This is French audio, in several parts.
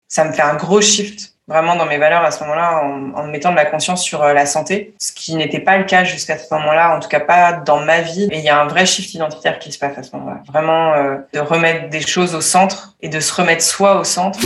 ça me fait un gros shift vraiment dans mes valeurs à ce moment-là, en mettant de la conscience sur la santé, ce qui n'était pas le cas jusqu'à ce moment-là, en tout cas pas dans ma vie. Et il y a un vrai shift identitaire qui se passe à ce moment-là. Vraiment de remettre des choses au centre et de se remettre soi au centre.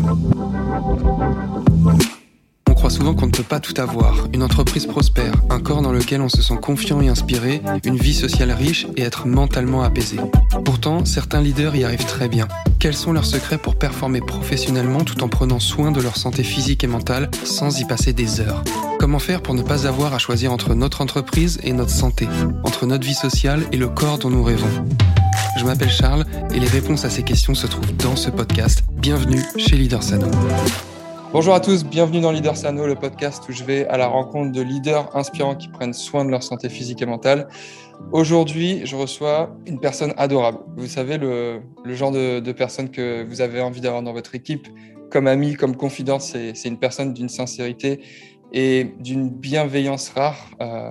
On croit souvent qu'on ne peut pas tout avoir. Une entreprise prospère, un corps dans lequel on se sent confiant et inspiré, une vie sociale riche et être mentalement apaisé. Pourtant, certains leaders y arrivent très bien. Quels sont leurs secrets pour performer professionnellement tout en prenant soin de leur santé physique et mentale sans y passer des heures ? Comment faire pour ne pas avoir à choisir entre notre entreprise et notre santé, entre notre vie sociale et le corps dont nous rêvons ? Je m'appelle Charles et les réponses à ces questions se trouvent dans ce podcast. Bienvenue chez Leader Sano. Bonjour à tous, bienvenue dans Leader Sano, le podcast où je vais à la rencontre de leaders inspirants qui prennent soin de leur santé physique et mentale. Aujourd'hui, je reçois une personne adorable. Vous savez, le genre de personne que vous avez envie d'avoir dans votre équipe, comme ami, comme confidente, c'est une personne d'une sincérité et d'une bienveillance rare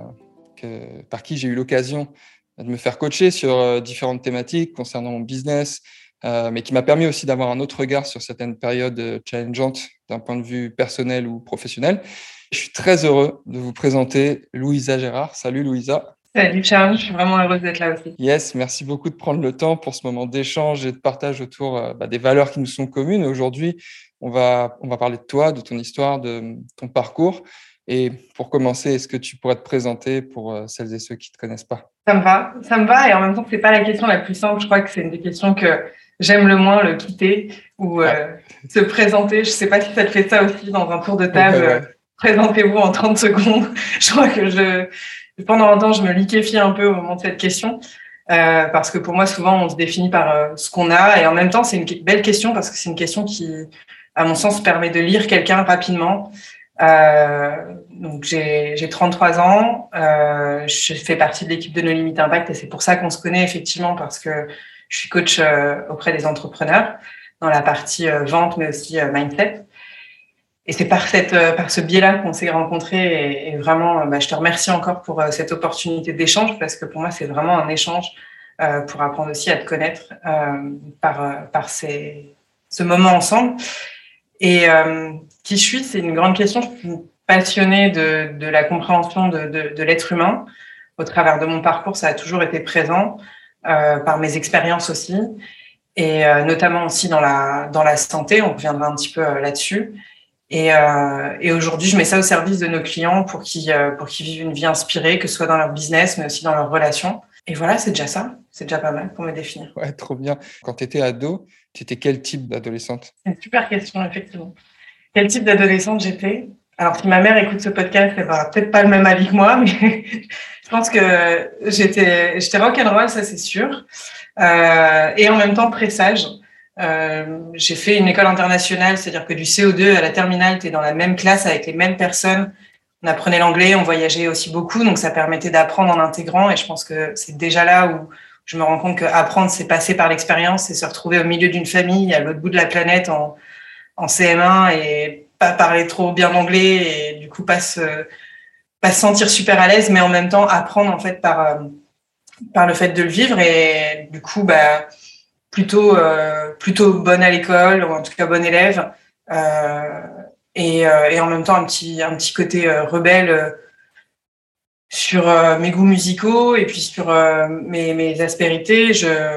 par qui j'ai eu l'occasion de me faire coacher sur différentes thématiques concernant mon business, mais qui m'a permis aussi d'avoir un autre regard sur certaines périodes challengeantes d'un point de vue personnel ou professionnel. Je suis très heureux de vous présenter Louisa Gérard. Salut Louisa. Salut Charles, je suis vraiment heureuse d'être là aussi. Yes, merci beaucoup de prendre le temps pour ce moment d'échange et de partage autour des valeurs qui nous sont communes. Aujourd'hui, on va parler de toi, de ton histoire, de ton parcours. Et pour commencer, est-ce que tu pourrais te présenter pour celles et ceux qui ne te connaissent pas ? Ça me va et en même temps, c'est pas la question la plus simple. Je crois que c'est une des questions que j'aime le moins, le quitter ou se présenter. Je sais pas si ça te fait ça aussi dans un tour de table. Ouais. Présentez-vous en 30 secondes. Je crois que pendant un temps, je me liquéfie un peu au moment de cette question parce que pour moi, souvent, on se définit par ce qu'on a et en même temps, c'est une belle question parce que c'est une question qui, à mon sens, permet de lire quelqu'un rapidement. Donc j'ai 33 ans, je fais partie de l'équipe de No Limit Impact et c'est pour ça qu'on se connaît effectivement parce que je suis coach auprès des entrepreneurs dans la partie vente mais aussi mindset. Et c'est par ce biais-là qu'on s'est rencontrés et vraiment, je te remercie encore pour cette opportunité d'échange parce que pour moi, c'est vraiment un échange pour apprendre aussi à te connaître par ce moment ensemble. Et qui je suis, c'est une grande question. Je suis passionnée de la compréhension de l'être humain. Au travers de mon parcours, ça a toujours été présent par mes expériences aussi et notamment aussi dans la santé. On reviendra un petit peu là-dessus. Et aujourd'hui, je mets ça au service de nos clients pour qu'ils vivent une vie inspirée, que ce soit dans leur business, mais aussi dans leurs relations. Et voilà, c'est déjà ça. C'est déjà pas mal pour me définir. Ouais, trop bien. Quand tu étais ado, tu étais quel type d'adolescente ? C'est une super question, effectivement. Quel type d'adolescente j'étais ? Alors, si ma mère écoute ce podcast, elle n'aura peut-être pas le même avis que moi, mais je pense que j'étais rock'n'roll, ça c'est sûr. Et en même temps, très sage. J'ai fait une école internationale, c'est-à-dire que du CO2 à la terminale, tu es dans la même classe avec les mêmes personnes. On apprenait l'anglais, on voyageait aussi beaucoup, donc ça permettait d'apprendre en intégrant. Et je pense que c'est déjà là où je me rends compte qu'apprendre, c'est passer par l'expérience, c'est se retrouver au milieu d'une famille à l'autre bout de la planète en CM1 et pas parler trop bien anglais et du coup pas se sentir super à l'aise, mais en même temps apprendre en fait par le fait de le vivre et du coup plutôt bonne à l'école ou en tout cas bonne élève et en même temps un petit côté rebelle sur mes goûts musicaux et puis sur mes aspérités.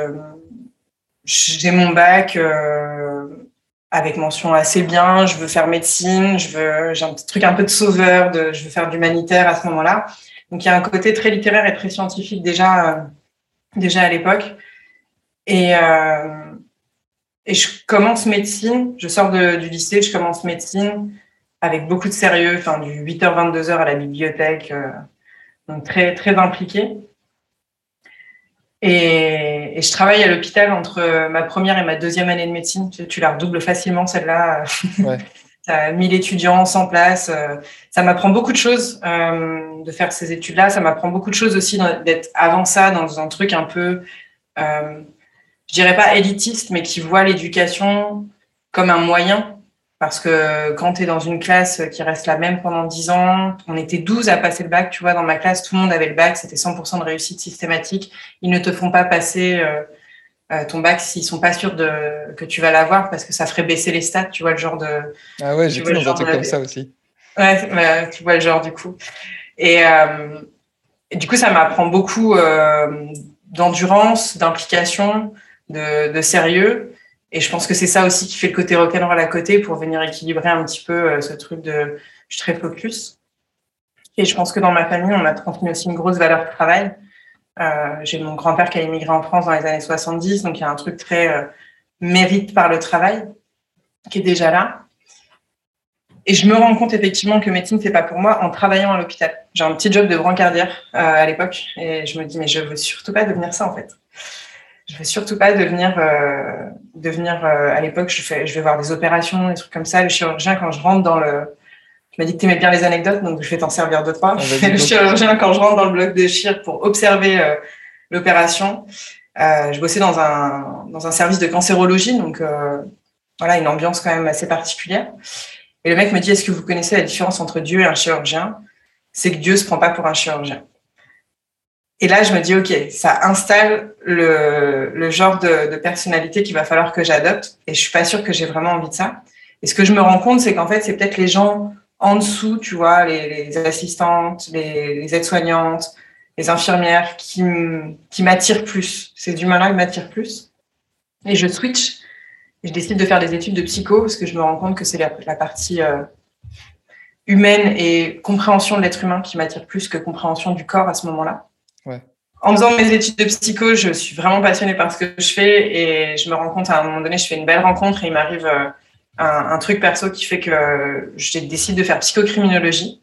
J'ai mon bac avec mention assez bien, je veux faire médecine, j'ai un petit truc un peu de sauveur, je veux faire de l'humanitaire à ce moment-là. Donc il y a un côté très littéraire et très scientifique déjà à l'époque. Et je commence médecine, je sors du lycée, je commence médecine avec beaucoup de sérieux, du 8h 22h à la bibliothèque, donc très très impliquée. Et je travaille à l'hôpital entre ma première et ma deuxième année de médecine. Tu la redoubles facilement, celle-là. Ouais. Tu as 1000 étudiants, 100 places. Ça m'apprend beaucoup de choses de faire ces études-là. Ça m'apprend beaucoup de choses aussi d'être avant ça dans un truc un peu, je dirais pas élitiste, mais qui voit l'éducation comme un moyen. Parce que quand tu es dans une classe qui reste la même pendant 10 ans, on était 12 à passer le bac, tu vois, dans ma classe, tout le monde avait le bac, c'était 100% de réussite systématique. Ils ne te font pas passer ton bac s'ils sont pas sûrs que tu vas l'avoir parce que ça ferait baisser les stats, tu vois le genre de. Ah ouais, j'étais dans un truc comme ça aussi. Ouais, bah, tu vois le genre du coup. Et du coup, ça m'apprend beaucoup d'endurance, d'implication, de sérieux. Et je pense que c'est ça aussi qui fait le côté rock'n'roll à côté pour venir équilibrer un petit peu ce truc de je suis très focus. Et je pense que dans ma famille, on m'a transmis aussi une grosse valeur de travail. J'ai mon grand-père qui a immigré en France dans les années 70, donc il y a un truc très mérite par le travail qui est déjà là. Et je me rends compte effectivement que médecine, c'est pas pour moi en travaillant à l'hôpital. J'ai un petit job de brancardière à l'époque et je me dis, mais je veux surtout pas devenir ça en fait. Je veux surtout pas devenir à l'époque, je vais voir des opérations, des trucs comme ça. Le chirurgien, quand je rentre dans le. Tu m'as dit que tu aimais bien les anecdotes, donc je vais t'en servir 2-3. Le chirurgien, quand je rentre dans le bloc de chir pour observer l'opération, je bossais dans un service de cancérologie, donc voilà, une ambiance quand même assez particulière. Et le mec me dit, est-ce que vous connaissez la différence entre Dieu et un chirurgien? C'est que Dieu ne se prend pas pour un chirurgien. Et là, je me dis, OK, ça installe le genre de personnalité qu'il va falloir que j'adopte. Et je suis pas sûre que j'ai vraiment envie de ça. Et ce que je me rends compte, c'est qu'en fait, c'est peut-être les gens en dessous, tu vois, les assistantes, les aides-soignantes, les infirmières qui m'attirent plus. Ces humains-là qui m'attirent plus. Et je switch. Et je décide de faire des études de psycho parce que je me rends compte que c'est la partie humaine et compréhension de l'être humain qui m'attire plus que compréhension du corps à ce moment-là. Ouais. En faisant mes études de psycho, je suis vraiment passionnée par ce que je fais et je me rends compte à un moment donné, je fais une belle rencontre et il m'arrive un truc perso qui fait que je décide de faire psychocriminologie.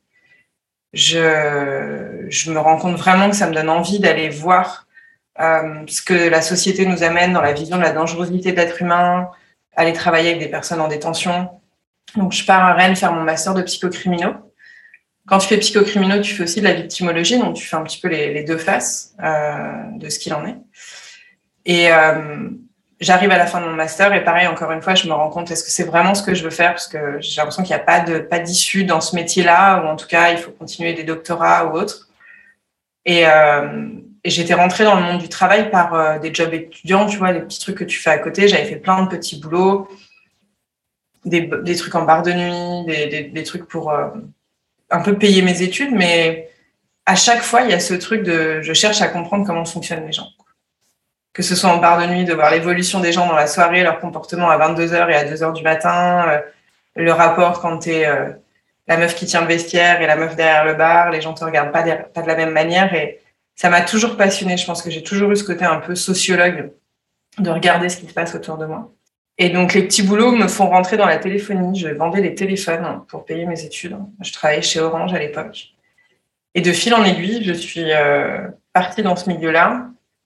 Je me rends compte vraiment que ça me donne envie d'aller voir ce que la société nous amène dans la vision de la dangerosité de l'être humain, aller travailler avec des personnes en détention. Donc, je pars à Rennes faire mon master de psychocriminaux. Quand tu fais psychocriminaux, tu fais aussi de la victimologie, donc tu fais un petit peu les deux faces de ce qu'il en est. Et j'arrive à la fin de mon master et pareil, encore une fois, je me rends compte, est-ce que c'est vraiment ce que je veux faire? Parce que j'ai l'impression qu'il n'y a pas d'issue dans ce métier-là, ou en tout cas, il faut continuer des doctorats ou autre. Et j'étais rentrée dans le monde du travail par des jobs étudiants, tu vois, des petits trucs que tu fais à côté. J'avais fait plein de petits boulots, des trucs en barre de nuit, des trucs pour un peu payer mes études, mais à chaque fois, il y a ce truc de je cherche à comprendre comment fonctionnent les gens. Que ce soit en barre de nuit, de voir l'évolution des gens dans la soirée, leur comportement à 22h et à 2h du matin, le rapport quand tu es la meuf qui tient le vestiaire et la meuf derrière le bar, les gens te regardent pas de la même manière et ça m'a toujours passionnée. Je pense que j'ai toujours eu ce côté un peu sociologue de regarder ce qui se passe autour de moi. Et donc, les petits boulots me font rentrer dans la téléphonie. Je vendais des téléphones pour payer mes études. Je travaillais chez Orange à l'époque. Et de fil en aiguille, je suis partie dans ce milieu-là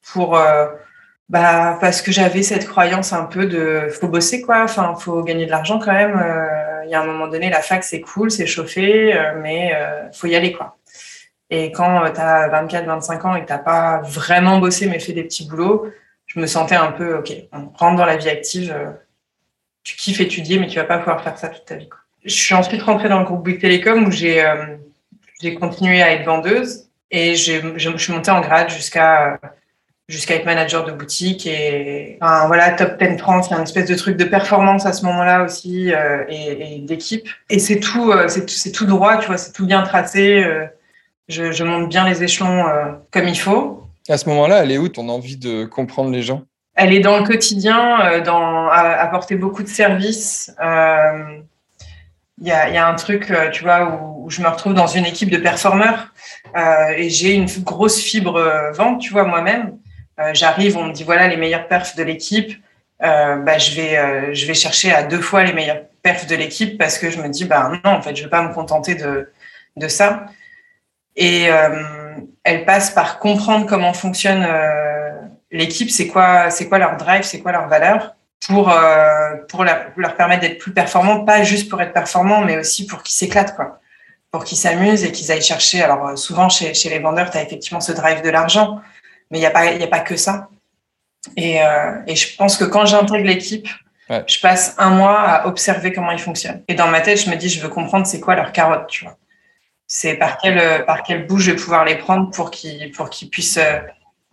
parce que j'avais cette croyance un peu de faut bosser, quoi. Enfin, faut gagner de l'argent quand même. Il y a un moment donné, la fac, c'est cool, c'est chauffé, mais faut y aller, quoi. Et quand tu as 24-25 ans et que tu n'as pas vraiment bossé mais fait des petits boulots, je me sentais un peu, OK, on rentre dans la vie active, tu kiffes étudier, mais tu vas pas pouvoir faire ça toute ta vie, quoi. Je suis ensuite rentrée dans le groupe Bouygues Télécom où j'ai continué à être vendeuse et je suis montée en grade jusqu'à être manager de boutique et voilà, top 10 France, il y a une espèce de truc de performance à ce moment-là aussi et d'équipe. Et c'est tout droit, tu vois, c'est tout bien tracé. Je monte bien les échelons comme il faut. À ce moment-là, elle est où ton envie de comprendre les gens? Elle est dans le quotidien, à apporter beaucoup de services. Il y a un truc, tu vois, où je me retrouve dans une équipe de performeurs et j'ai une grosse fibre vente, tu vois, moi-même. J'arrive, on me dit, voilà, les meilleurs perfs de l'équipe. Je vais chercher à 2 fois les meilleurs perfs de l'équipe parce que je me dis, non, en fait, je ne vais pas me contenter de ça. Et elle passe par comprendre comment fonctionne l'équipe, c'est quoi leur drive, c'est quoi leur valeur, pour leur permettre d'être plus performants, pas juste pour être performants, mais aussi pour qu'ils s'éclatent, quoi, pour qu'ils s'amusent et qu'ils aillent chercher. Alors souvent chez les vendeurs, tu as effectivement ce drive de l'argent, mais il y a pas que ça. Et je pense que quand j'intègre l'équipe, ouais, je passe 1 mois à observer comment ils fonctionnent. Et dans ma tête, je me dis, je veux comprendre c'est quoi leur carotte, tu vois. C'est par quel bout je vais pouvoir les prendre pour qu'ils puissent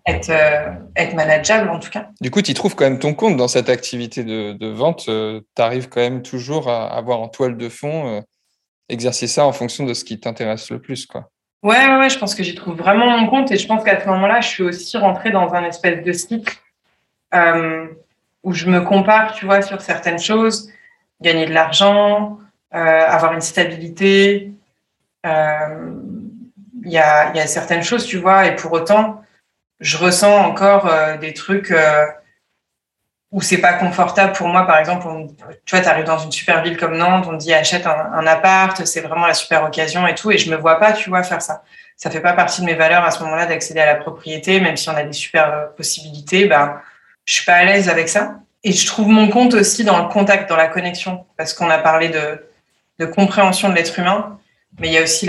être manageable en tout cas. Du coup, tu trouves quand même ton compte dans cette activité de vente. Tu arrives quand même toujours à avoir en toile de fond, exercer ça en fonction de ce qui t'intéresse le plus, quoi. Ouais, je pense que j'y trouve vraiment mon compte et je pense qu'à ce moment-là, je suis aussi rentrée dans un espèce de cycle où je me compare, tu vois, sur certaines choses, gagner de l'argent, avoir une stabilité. Il y a certaines choses, tu vois, et pour autant, je ressens encore des trucs où c'est pas confortable pour moi. Par exemple, tu vois, tu arrives dans une super ville comme Nantes, on te dit achète un appart, c'est vraiment la super occasion et tout, et je me vois pas, tu vois, faire ça. Ça fait pas partie de mes valeurs à ce moment-là d'accéder à la propriété, même si on a des super possibilités, ben, je suis pas à l'aise avec ça. Et je trouve mon compte aussi dans le contact, dans la connexion, parce qu'on a parlé de compréhension de l'être humain, mais il y a aussi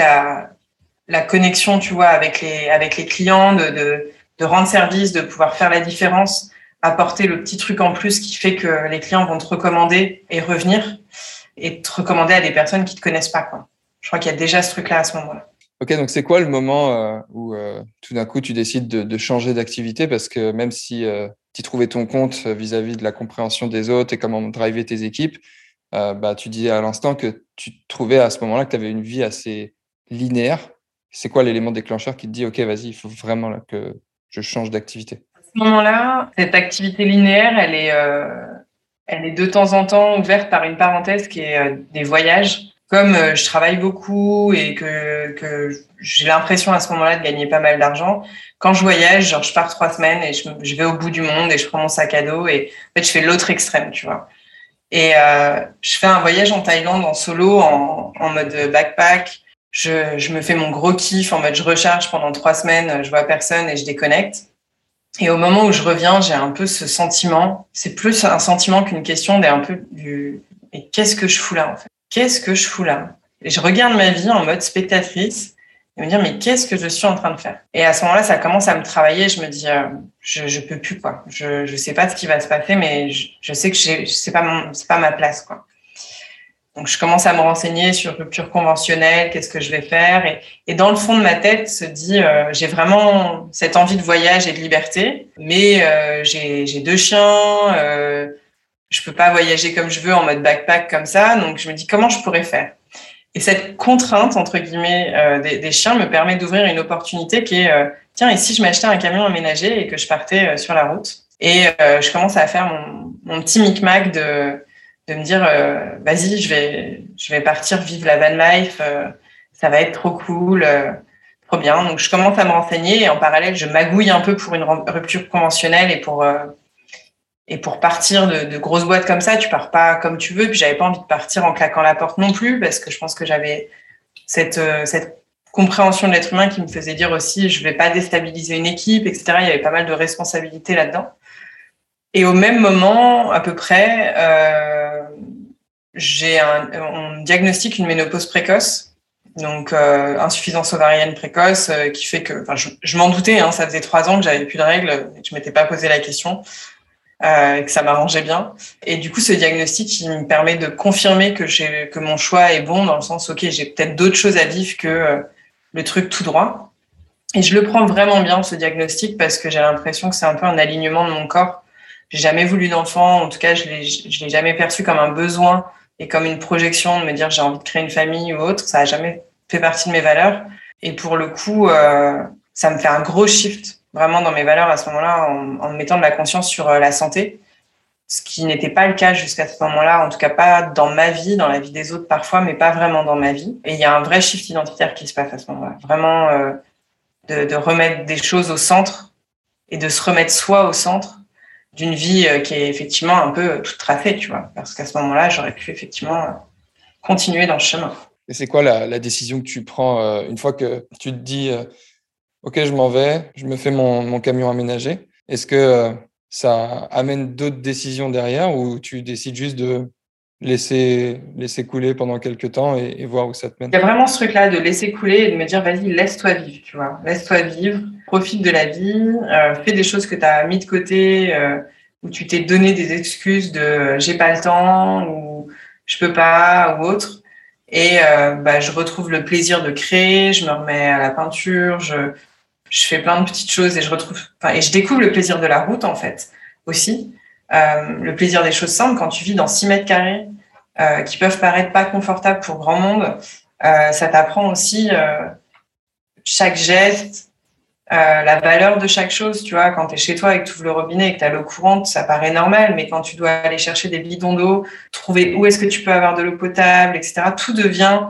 la connexion, tu vois, avec les clients, de rendre service, de pouvoir faire la différence, apporter le petit truc en plus qui fait que les clients vont te recommander et revenir et te recommander à des personnes qui te connaissent pas, quoi. Je crois qu'il y a déjà ce truc-là à ce moment-là. Ok, donc c'est quoi le moment où tout d'un coup tu décides de changer d'activité parce que même si tu trouvais ton compte vis-à-vis de la compréhension des autres et comment driver tes équipes, bah, tu disais à l'instant que tu trouvais à ce moment-là que tu avais une vie assez linéaire. C'est quoi l'élément déclencheur qui te dit, OK, vas-y, il faut vraiment là, que je change d'activité? À ce moment-là, cette activité linéaire, elle est de temps en temps ouverte par une parenthèse qui est des voyages. Comme je travaille beaucoup et que j'ai l'impression à ce moment-là de gagner pas mal d'argent, quand je voyage, genre je pars 3 semaines et je vais au bout du monde et je prends mon sac à dos et en fait je fais l'autre extrême, tu vois. Et je fais un voyage en Thaïlande en solo, en mode backpack. Je me fais mon gros kiff en mode je recharge pendant 3 semaines, je vois personne et je déconnecte. Et au moment où je reviens, j'ai un peu ce sentiment. C'est plus un sentiment qu'une question d'un peu du mais qu'est-ce que je fous là en fait? Qu'est-ce que je fous là? Et je regarde ma vie en mode spectatrice et me dire mais qu'est-ce que je suis en train de faire? Et à ce moment-là, ça commence à me travailler. Je me dis je peux plus quoi. Je sais pas ce qui va se passer, mais je sais que c'est pas ma place quoi. Donc, je commence à me renseigner sur rupture conventionnelle, qu'est-ce que je vais faire. Et dans le fond de ma tête se dit, j'ai vraiment cette envie de voyage et de liberté, mais j'ai 2 chiens, je peux pas voyager comme je veux en mode backpack comme ça. Donc, je me dis, comment je pourrais faire? Et cette contrainte, entre guillemets, des chiens me permet d'ouvrir une opportunité qui est, tiens, et si je m'achetais un camion aménagé et que je partais sur la route? Et je commence à faire mon petit micmac de me dire vas-y, je vais partir vivre la van life, ça va être trop cool, trop bien. Donc je commence à me renseigner et en parallèle je magouille un peu pour une rupture conventionnelle et pour partir de grosses boîtes comme ça, tu pars pas comme tu veux. Puis j'avais pas envie de partir en claquant la porte non plus parce que je pense que j'avais cette compréhension de l'être humain qui me faisait dire aussi je vais pas déstabiliser une équipe, etc. Il y avait pas mal de responsabilités là-dedans. Et au même moment, à peu près, on diagnostique une ménopause précoce, donc insuffisance ovarienne précoce, qui fait que, je m'en doutais, hein, ça faisait 3 ans que j'avais plus de règles, et que je m'étais pas posé la question, et que ça m'arrangeait bien. Et du coup, ce diagnostic, il me permet de confirmer que mon choix est bon, dans le sens, ok, j'ai peut-être d'autres choses à vivre que le truc tout droit. Et je le prends vraiment bien, ce diagnostic, parce que j'ai l'impression que c'est un peu un alignement de mon corps. J'ai jamais voulu d'enfant, en tout cas, je l'ai jamais perçu comme un besoin et comme une projection de me dire j'ai envie de créer une famille ou autre. Ça a jamais fait partie de mes valeurs. Et pour le coup, ça me fait un gros shift vraiment dans mes valeurs à ce moment-là, en me mettant de la conscience sur la santé, ce qui n'était pas le cas jusqu'à ce moment-là, en tout cas pas dans ma vie, dans la vie des autres parfois, mais pas vraiment dans ma vie. Et il y a un vrai shift identitaire qui se passe à ce moment-là. Vraiment de remettre des choses au centre et de se remettre soi au centre d'une vie qui est effectivement un peu toute tracée, tu vois. Parce qu'à ce moment-là, j'aurais pu effectivement continuer dans ce chemin. Et c'est quoi la décision que tu prends une fois que tu te dis OK, je m'en vais, je me fais mon camion aménagé? Est-ce que ça amène d'autres décisions derrière ou tu décides juste de laisser couler pendant quelques temps et voir où ça te mène? Il y a vraiment ce truc-là de laisser couler et de me dire, vas-y, laisse-toi vivre, tu vois. Laisse-toi vivre, profite de la vie, fais des choses que tu as mis de côté, où tu t'es donné des excuses de j'ai pas le temps ou je peux pas ou autre. Et je retrouve le plaisir de créer, je me remets à la peinture, je je fais plein de petites choses et je découvre le plaisir de la route, en fait, aussi. Le plaisir des choses simples, quand tu vis dans 6 mètres carrés, qui peuvent paraître pas confortables pour grand monde, ça t'apprend aussi chaque geste, la valeur de chaque chose. Tu vois, quand tu es chez toi et que tu ouvres le robinet et que tu as l'eau courante, ça paraît normal, mais quand tu dois aller chercher des bidons d'eau, trouver où est-ce que tu peux avoir de l'eau potable, etc., tout devient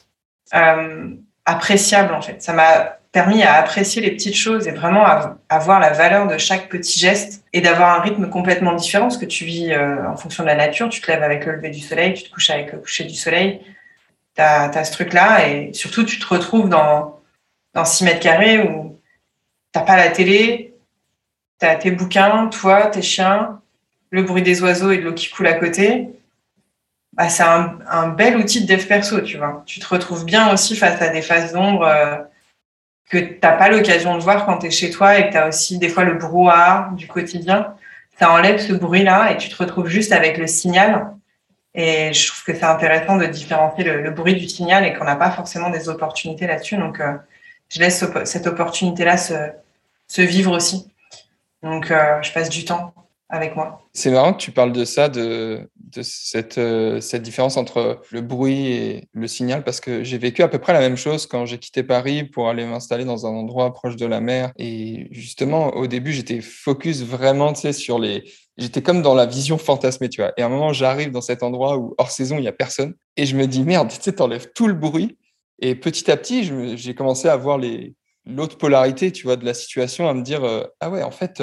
appréciable, en fait. Ça m'a permis à apprécier les petites choses et vraiment à voir la valeur de chaque petit geste et d'avoir un rythme complètement différent, parce que tu vis en fonction de la nature, tu te lèves avec le lever du soleil, tu te couches avec le coucher du soleil, t'as ce truc-là, et surtout tu te retrouves dans 6 mètres carrés où t'as pas la télé, t'as tes bouquins, toi, tes chiens, le bruit des oiseaux et de l'eau qui coule à côté. Bah, c'est un bel outil de dev perso, tu vois. Tu te retrouves bien aussi face à des phases d'ombre que t'as pas l'occasion de voir quand t'es chez toi et que t'as aussi des fois le brouhaha du quotidien. Ça enlève ce bruit-là et tu te retrouves juste avec le signal. Et je trouve que c'est intéressant de différencier le bruit du signal et qu'on n'a pas forcément des opportunités là-dessus. Donc, je laisse cette opportunité-là se vivre aussi. Donc, je passe du temps avec moi. C'est marrant que tu parles de ça, de cette différence entre le bruit et le signal, parce que j'ai vécu à peu près la même chose quand j'ai quitté Paris pour aller m'installer dans un endroit proche de la mer. Et justement, au début, j'étais focus vraiment, tu sais, sur les... J'étais comme dans la vision fantasmée, tu vois. Et à un moment, j'arrive dans cet endroit où, hors saison, il n'y a personne. Et je me dis, merde, tu sais, t'enlèves tout le bruit. Et petit à petit, j'ai commencé à voir l'autre polarité, tu vois, de la situation, à me dire, ah ouais, en fait...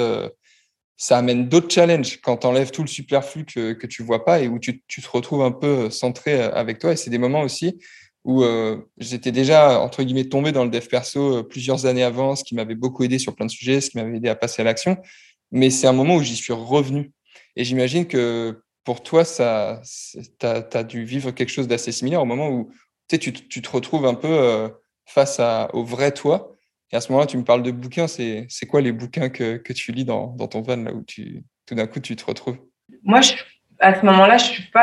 ça amène d'autres challenges quand tu enlèves tout le superflu que tu vois pas et où tu te retrouves un peu centré avec toi. Et c'est des moments aussi où j'étais déjà, entre guillemets, tombé dans le dev perso plusieurs années avant, ce qui m'avait beaucoup aidé sur plein de sujets, ce qui m'avait aidé à passer à l'action. Mais c'est un moment où j'y suis revenu. Et j'imagine que pour toi, t'as dû vivre quelque chose d'assez similaire au moment où tu sais, tu te retrouves un peu face au vrai toi. Et à ce moment-là, tu me parles de bouquins. C'est quoi les bouquins que tu lis dans ton van, là où tout d'un coup, tu te retrouves? Moi, à ce moment-là, je suis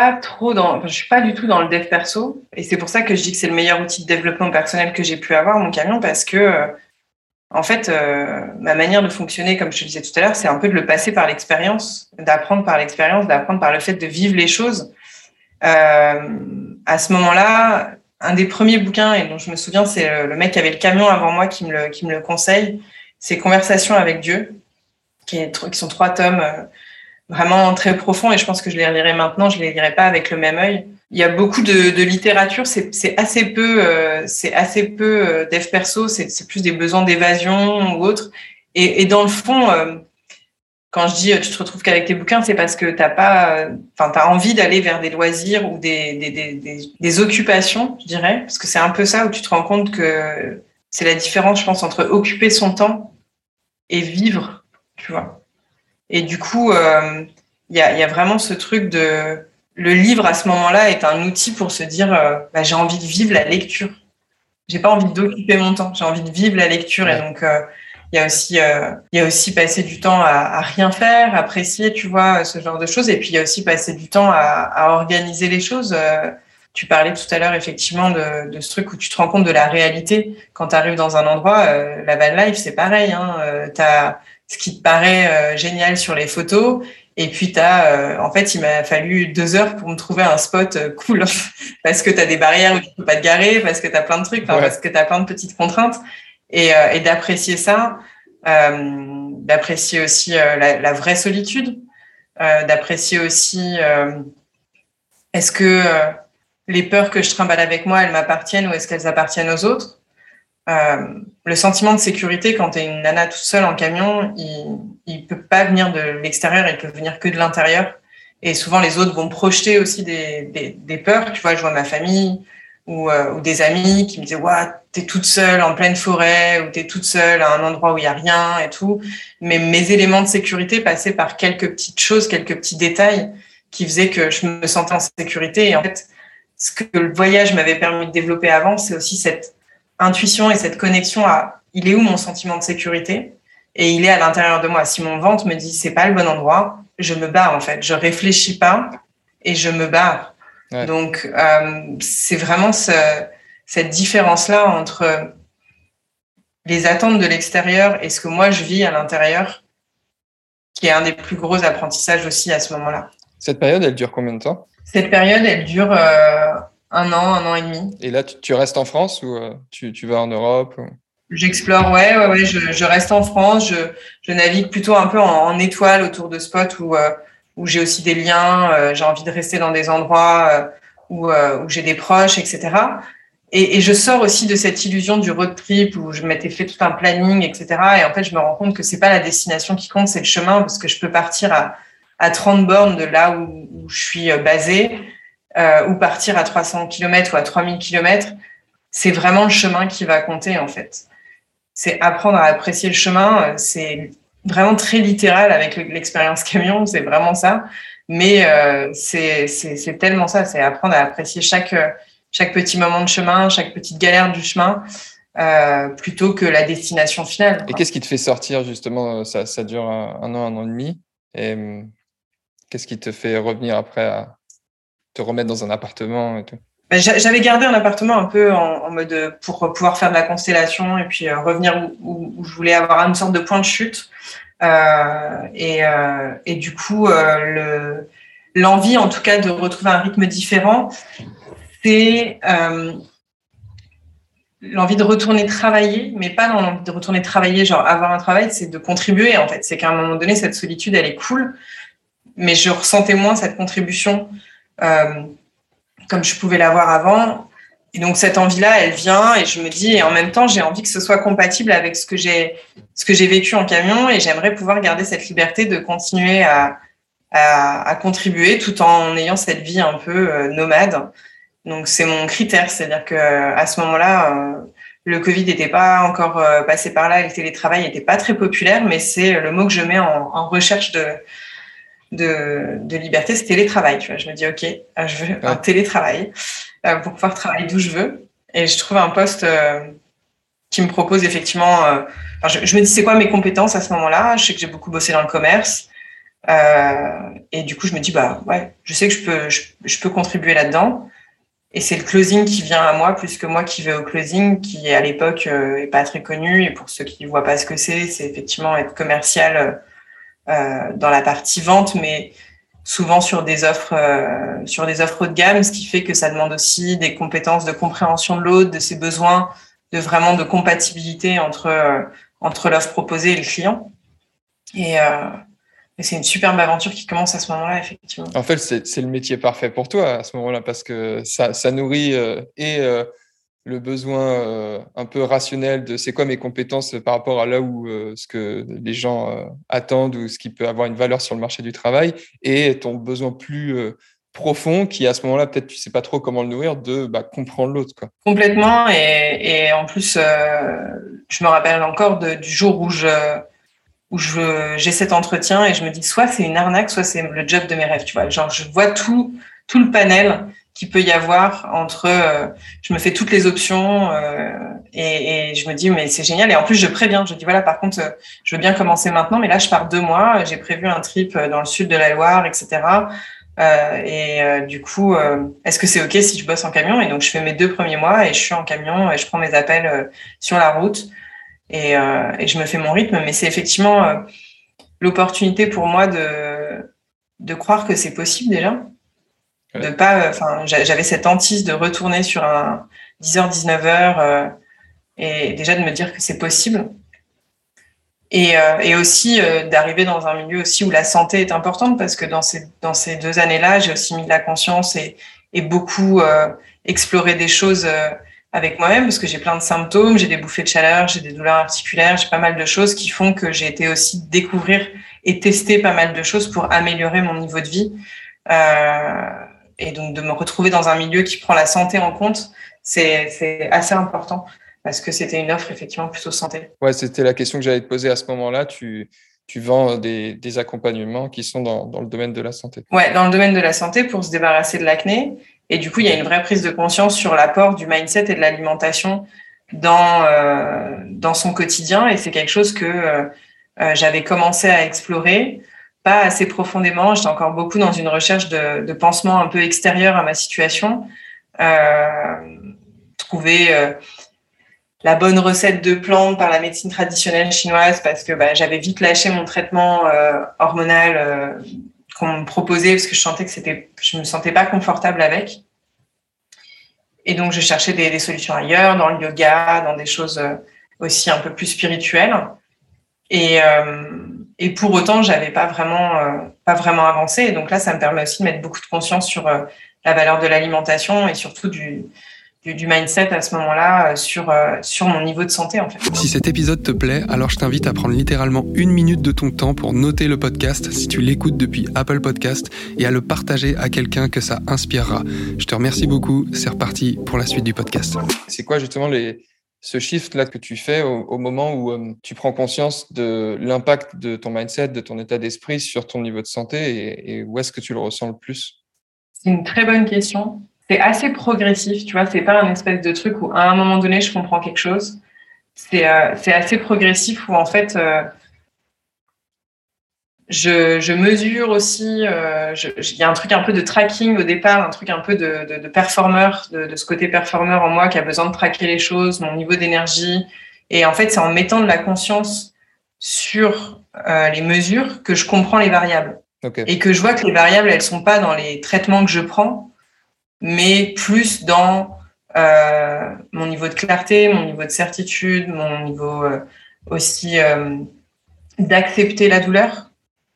pas du tout dans le dev perso. Et c'est pour ça que je dis que c'est le meilleur outil de développement personnel que j'ai pu avoir, mon camion, parce que, en fait, ma manière de fonctionner, comme je te disais tout à l'heure, c'est un peu de le passer par l'expérience, d'apprendre par l'expérience, d'apprendre par le fait de vivre les choses. À ce moment-là, un des premiers bouquins, et dont je me souviens, c'est le mec qui avait le camion avant moi qui me le conseille, c'est Conversation avec Dieu, qui sont 3 tomes vraiment très profonds, et je pense que je les relirai maintenant, je les lirai pas avec le même œil. Il y a beaucoup de littérature, c'est assez peu dev perso, c'est plus des besoins d'évasion ou autre. Et dans le fond, quand je dis tu te retrouves qu'avec tes bouquins, c'est parce que t'as envie d'aller vers des loisirs ou des occupations, je dirais, parce que c'est un peu ça où tu te rends compte que c'est la différence, je pense, entre occuper son temps et vivre, tu vois. Et du coup, il y a vraiment ce truc de... Le livre, à ce moment-là, est un outil pour se dire j'ai envie de vivre la lecture. J'ai pas envie d'occuper mon temps, j'ai envie de vivre la lecture. Ouais. Et donc, il y a aussi passer du temps à rien faire, apprécier, tu vois, ce genre de choses. Et puis, il y a aussi passer du temps à organiser les choses. Tu parlais tout à l'heure, effectivement, de ce truc où tu te rends compte de la réalité. Quand tu arrives dans un endroit, la van life, c'est pareil. Tu as ce qui te paraît génial sur les photos. Et puis, en fait, il m'a fallu 2 heures pour me trouver un spot cool. Parce que tu as des barrières où tu peux pas te garer, parce que tu as plein de trucs, parce que tu as plein de petites contraintes. Et d'apprécier ça, d'apprécier aussi la vraie solitude, d'apprécier aussi est-ce que les peurs que je trimballe avec moi, elles m'appartiennent ou est-ce qu'elles appartiennent aux autres. Le sentiment de sécurité quand tu es une nana toute seule en camion, il peut pas venir de l'extérieur, il peut venir que de l'intérieur. Et souvent, les autres vont projeter aussi des peurs. Tu vois, je vois ma famille ou des amis qui me disaient « t'es toute seule en pleine forêt ou t'es toute seule à un endroit où il y a rien et tout ». Mais mes éléments de sécurité passaient par quelques petites choses, quelques petits détails qui faisaient que je me sentais en sécurité. Et en fait, ce que le voyage m'avait permis de développer avant, c'est aussi cette intuition et cette connexion à « il est où mon sentiment de sécurité ?» Et il est à l'intérieur de moi. Si mon ventre me dit « c'est pas le bon endroit », je me barre en fait. Je réfléchis pas et je me barre. Ouais. Donc, c'est vraiment cette différence-là entre les attentes de l'extérieur et ce que moi je vis à l'intérieur, qui est un des plus gros apprentissages aussi à ce moment-là. Cette période, elle dure combien de temps? Cette période, elle dure 1 an et demi. Et là, tu restes en France ou tu vas en Europe ou... J'explore, ouais, je reste en France, je navigue plutôt un peu en étoile autour de spots où j'ai aussi des liens, j'ai envie de rester dans des endroits où j'ai des proches, etc. Et je sors aussi de cette illusion du road trip où je m'étais fait tout un planning, etc. Et en fait, je me rends compte que c'est pas la destination qui compte, c'est le chemin, parce que je peux partir à 30 bornes de là où je suis basée, ou partir à 300 km ou à 3000 km. C'est vraiment le chemin qui va compter, en fait. C'est apprendre à apprécier le chemin. C'est vraiment très littéral avec l'expérience camion, c'est vraiment ça. Mais c'est tellement ça, c'est apprendre à apprécier chaque petit moment de chemin, chaque petite galère du chemin, plutôt que la destination finale. Et qu'est-ce qui te fait sortir justement? Ça dure 1 an et demi. Et qu'est-ce qui te fait revenir après à te remettre dans un appartement et tout? J'avais gardé un appartement un peu en mode pour pouvoir faire de la constellation et puis revenir où je voulais avoir une sorte de point de chute. Et du coup, l'envie, en tout cas, de retrouver un rythme différent, c'est l'envie de retourner travailler, mais pas dans l'envie de retourner travailler, genre avoir un travail, c'est de contribuer, en fait. C'est qu'à un moment donné, cette solitude, elle est cool, mais je ressentais moins cette contribution comme je pouvais l'avoir avant. Et donc, cette envie-là, elle vient et je me dis, et en même temps, j'ai envie que ce soit compatible avec ce que j'ai vécu en camion et j'aimerais pouvoir garder cette liberté de continuer à contribuer tout en ayant cette vie un peu nomade. Donc, c'est mon critère. C'est-à-dire qu'à ce moment-là, le Covid n'était pas encore passé par là et le télétravail n'était pas très populaire, mais c'est le mot que je mets en recherche de liberté, c'est télétravail. Tu vois, je me dis, OK, je veux un télétravail pour pouvoir travailler d'où je veux. Et je trouve un poste qui me propose effectivement... je me dis, c'est quoi mes compétences à ce moment-là? Je sais que j'ai beaucoup bossé dans le commerce. Et du coup, je me dis, je sais que je peux contribuer là-dedans. Et c'est le closing qui vient à moi plus que moi qui vais au closing, qui à l'époque est pas très connu. Et pour ceux qui ne voient pas ce que c'est effectivement être commercial dans la partie vente, mais souvent sur des offres haut de gamme, ce qui fait que ça demande aussi des compétences de compréhension de l'autre, de ses besoins, de compatibilité entre l'offre proposée et le client. Et c'est une superbe aventure qui commence à ce moment-là, effectivement. En fait, c'est le métier parfait pour toi à ce moment-là, parce que ça nourrit le besoin un peu rationnel de c'est quoi mes compétences par rapport à là où ce que les gens attendent ou ce qui peut avoir une valeur sur le marché du travail, et ton besoin plus profond qui, à ce moment-là, peut-être tu sais pas trop comment le nourrir, de comprendre l'autre, quoi. Complètement. Et en plus, je me rappelle encore du jour où j'ai cet entretien et je me dis soit c'est une arnaque, soit c'est le job de mes rêves, tu vois. Genre, je vois tout le panel qu'il peut y avoir entre... je me fais toutes les options et je me dis, mais c'est génial. Et en plus, je préviens. Je dis, voilà, par contre, je veux bien commencer maintenant, mais là, je pars 2 mois. J'ai prévu un trip dans le sud de la Loire, etc. Du coup, est-ce que c'est OK si je bosse en camion? Et donc, je fais mes 2 premiers mois et je suis en camion et je prends mes appels sur la route. Et je me fais mon rythme, mais c'est effectivement l'opportunité pour moi de croire que c'est possible déjà. Ouais. De pas, j'avais cette hantise de retourner sur un 10h, 19h et déjà de me dire que c'est possible. Et aussi d'arriver dans un milieu aussi où la santé est importante, parce que dans ces 2 années-là, j'ai aussi mis de la conscience et beaucoup exploré des choses avec moi-même, parce que j'ai plein de symptômes, j'ai des bouffées de chaleur, j'ai des douleurs articulaires, j'ai pas mal de choses qui font que j'ai été aussi découvrir et tester pas mal de choses pour améliorer mon niveau de vie. Et donc de me retrouver dans un milieu qui prend la santé en compte, c'est assez important, parce que c'était une offre effectivement plutôt santé. Ouais, c'était la question que j'allais te poser à ce moment-là. Tu vends des accompagnements qui sont dans le domaine de la santé. Ouais, dans le domaine de la santé pour se débarrasser de l'acné. Et du coup, il y a une vraie prise de conscience sur l'apport du mindset et de l'alimentation dans son quotidien. Et c'est quelque chose que j'avais commencé à explorer, pas assez profondément. J'étais encore beaucoup dans une recherche de pansement un peu extérieur à ma situation. Trouver la bonne recette de plantes par la médecine traditionnelle chinoise parce que j'avais vite lâché mon traitement hormonal qu'on me proposait parce que je me sentais pas confortable avec. Et donc, je cherchais des solutions ailleurs, dans le yoga, dans des choses aussi un peu plus spirituelles. Et pour autant, j'avais pas vraiment avancé. Et donc là, ça me permet aussi de mettre beaucoup de conscience sur la valeur de l'alimentation et surtout du mindset à ce moment-là sur mon niveau de santé, en fait. Si cet épisode te plaît, alors je t'invite à prendre littéralement 1 minute de ton temps pour noter le podcast si tu l'écoutes depuis Apple Podcast et à le partager à quelqu'un que ça inspirera. Je te remercie beaucoup. C'est reparti pour la suite du podcast. C'est quoi justement ce shift-là que tu fais au moment où tu prends conscience de l'impact de ton mindset, de ton état d'esprit sur ton niveau de santé et où est-ce que tu le ressens le plus? C'est une très bonne question. C'est assez progressif, tu vois, c'est pas un espèce de truc où à un moment donné, je comprends quelque chose. C'est assez progressif où en fait, je mesure aussi, il y a un truc un peu de tracking au départ, un truc un peu de performeur, de ce côté performeur en moi qui a besoin de traquer les choses, mon niveau d'énergie. Et en fait, c'est en mettant de la conscience sur les mesures que je comprends les variables. Okay. Et que je vois que les variables, elles sont pas dans les traitements que je prends, mais plus dans mon niveau de clarté, mon niveau de certitude, mon niveau aussi d'accepter la douleur.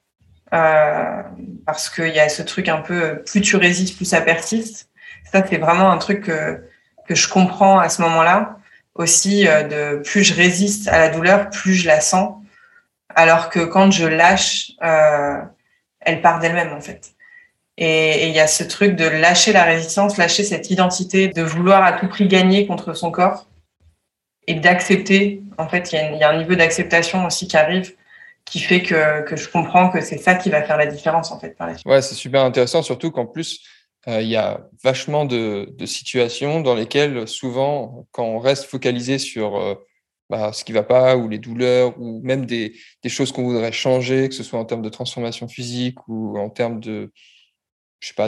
Parce qu'il y a ce truc un peu, plus tu résistes, plus ça persiste. Ça, c'est vraiment un truc que je comprends à ce moment-là. Aussi, plus je résiste à la douleur, plus je la sens. Alors que quand je lâche, elle part d'elle-même, en fait. Et il y a ce truc de lâcher la résistance, lâcher cette identité, de vouloir à tout prix gagner contre son corps et d'accepter. En fait, il y a un niveau d'acceptation aussi qui arrive, qui fait que je comprends que c'est ça qui va faire la différence, en fait, par la suite. Ouais, c'est super intéressant, surtout qu'en plus, il y a vachement de situations dans lesquelles, souvent, quand on reste focalisé sur ce qui ne va pas, ou les douleurs, ou même des choses qu'on voudrait changer, que ce soit en termes de transformation physique ou en termes de, je sais pas,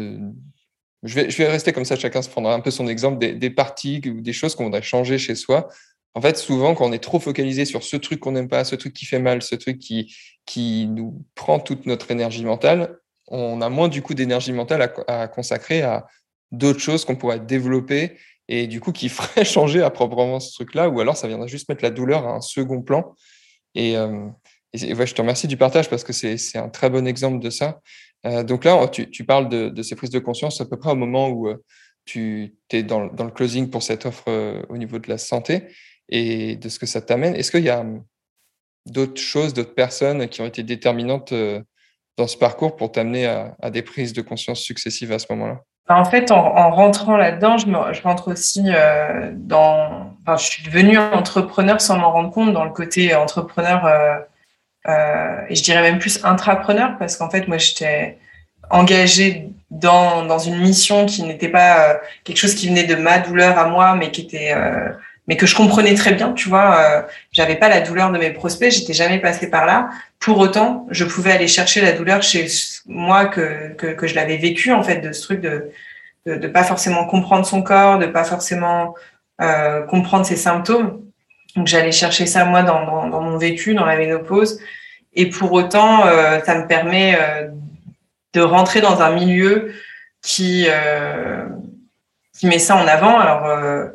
je vais rester comme ça, chacun se prendra un peu son exemple, des parties ou des choses qu'on voudrait changer chez soi. En fait, souvent, quand on est trop focalisé sur ce truc qu'on n'aime pas, ce truc qui fait mal, ce truc qui nous prend toute notre énergie mentale, on a moins du coup d'énergie mentale à consacrer à d'autres choses qu'on pourrait développer et du coup qui ferait changer à proprement ce truc-là, ou alors ça viendrait juste mettre la douleur à un second plan. Et ouais, je te remercie du partage parce que c'est un très bon exemple de ça. Donc là, tu parles de ces prises de conscience à peu près au moment où tu es dans le closing pour cette offre au niveau de la santé et de ce que ça t'amène. Est-ce qu'il y a d'autres choses, d'autres personnes qui ont été déterminantes dans ce parcours pour t'amener à des prises de conscience successives à ce moment-là? En fait, en rentrant là-dedans, je rentre aussi je suis devenue entrepreneur sans m'en rendre compte, dans le côté entrepreneur et je dirais même plus intrapreneur, parce qu'en fait, moi, j'étais engagée dans une mission qui n'était pas quelque chose qui venait de ma douleur à moi, mais mais que je comprenais très bien, tu vois. J'avais pas la douleur de mes prospects, j'étais jamais passée par là. Pour autant, je pouvais aller chercher la douleur chez moi que je l'avais vécu, en fait, de ce truc de pas forcément comprendre son corps, de pas forcément comprendre ses symptômes. Donc, j'allais chercher ça, moi, dans mon vécu, dans la ménopause. Et pour autant, ça me permet de rentrer dans un milieu qui met ça en avant. Alors,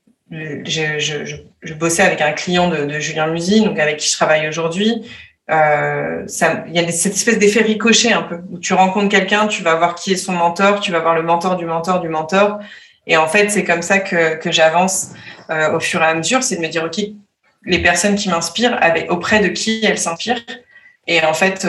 je bossais avec un client de Julien Musi, donc avec qui je travaille aujourd'hui. Il y a cette espèce d'effet ricochet un peu, où tu rencontres quelqu'un, tu vas voir qui est son mentor, tu vas voir le mentor du mentor du mentor. Et en fait, c'est comme ça que j'avance au fur et à mesure, c'est de me dire, OK, les personnes qui m'inspirent, auprès de qui elles s'inspirent. Et en fait,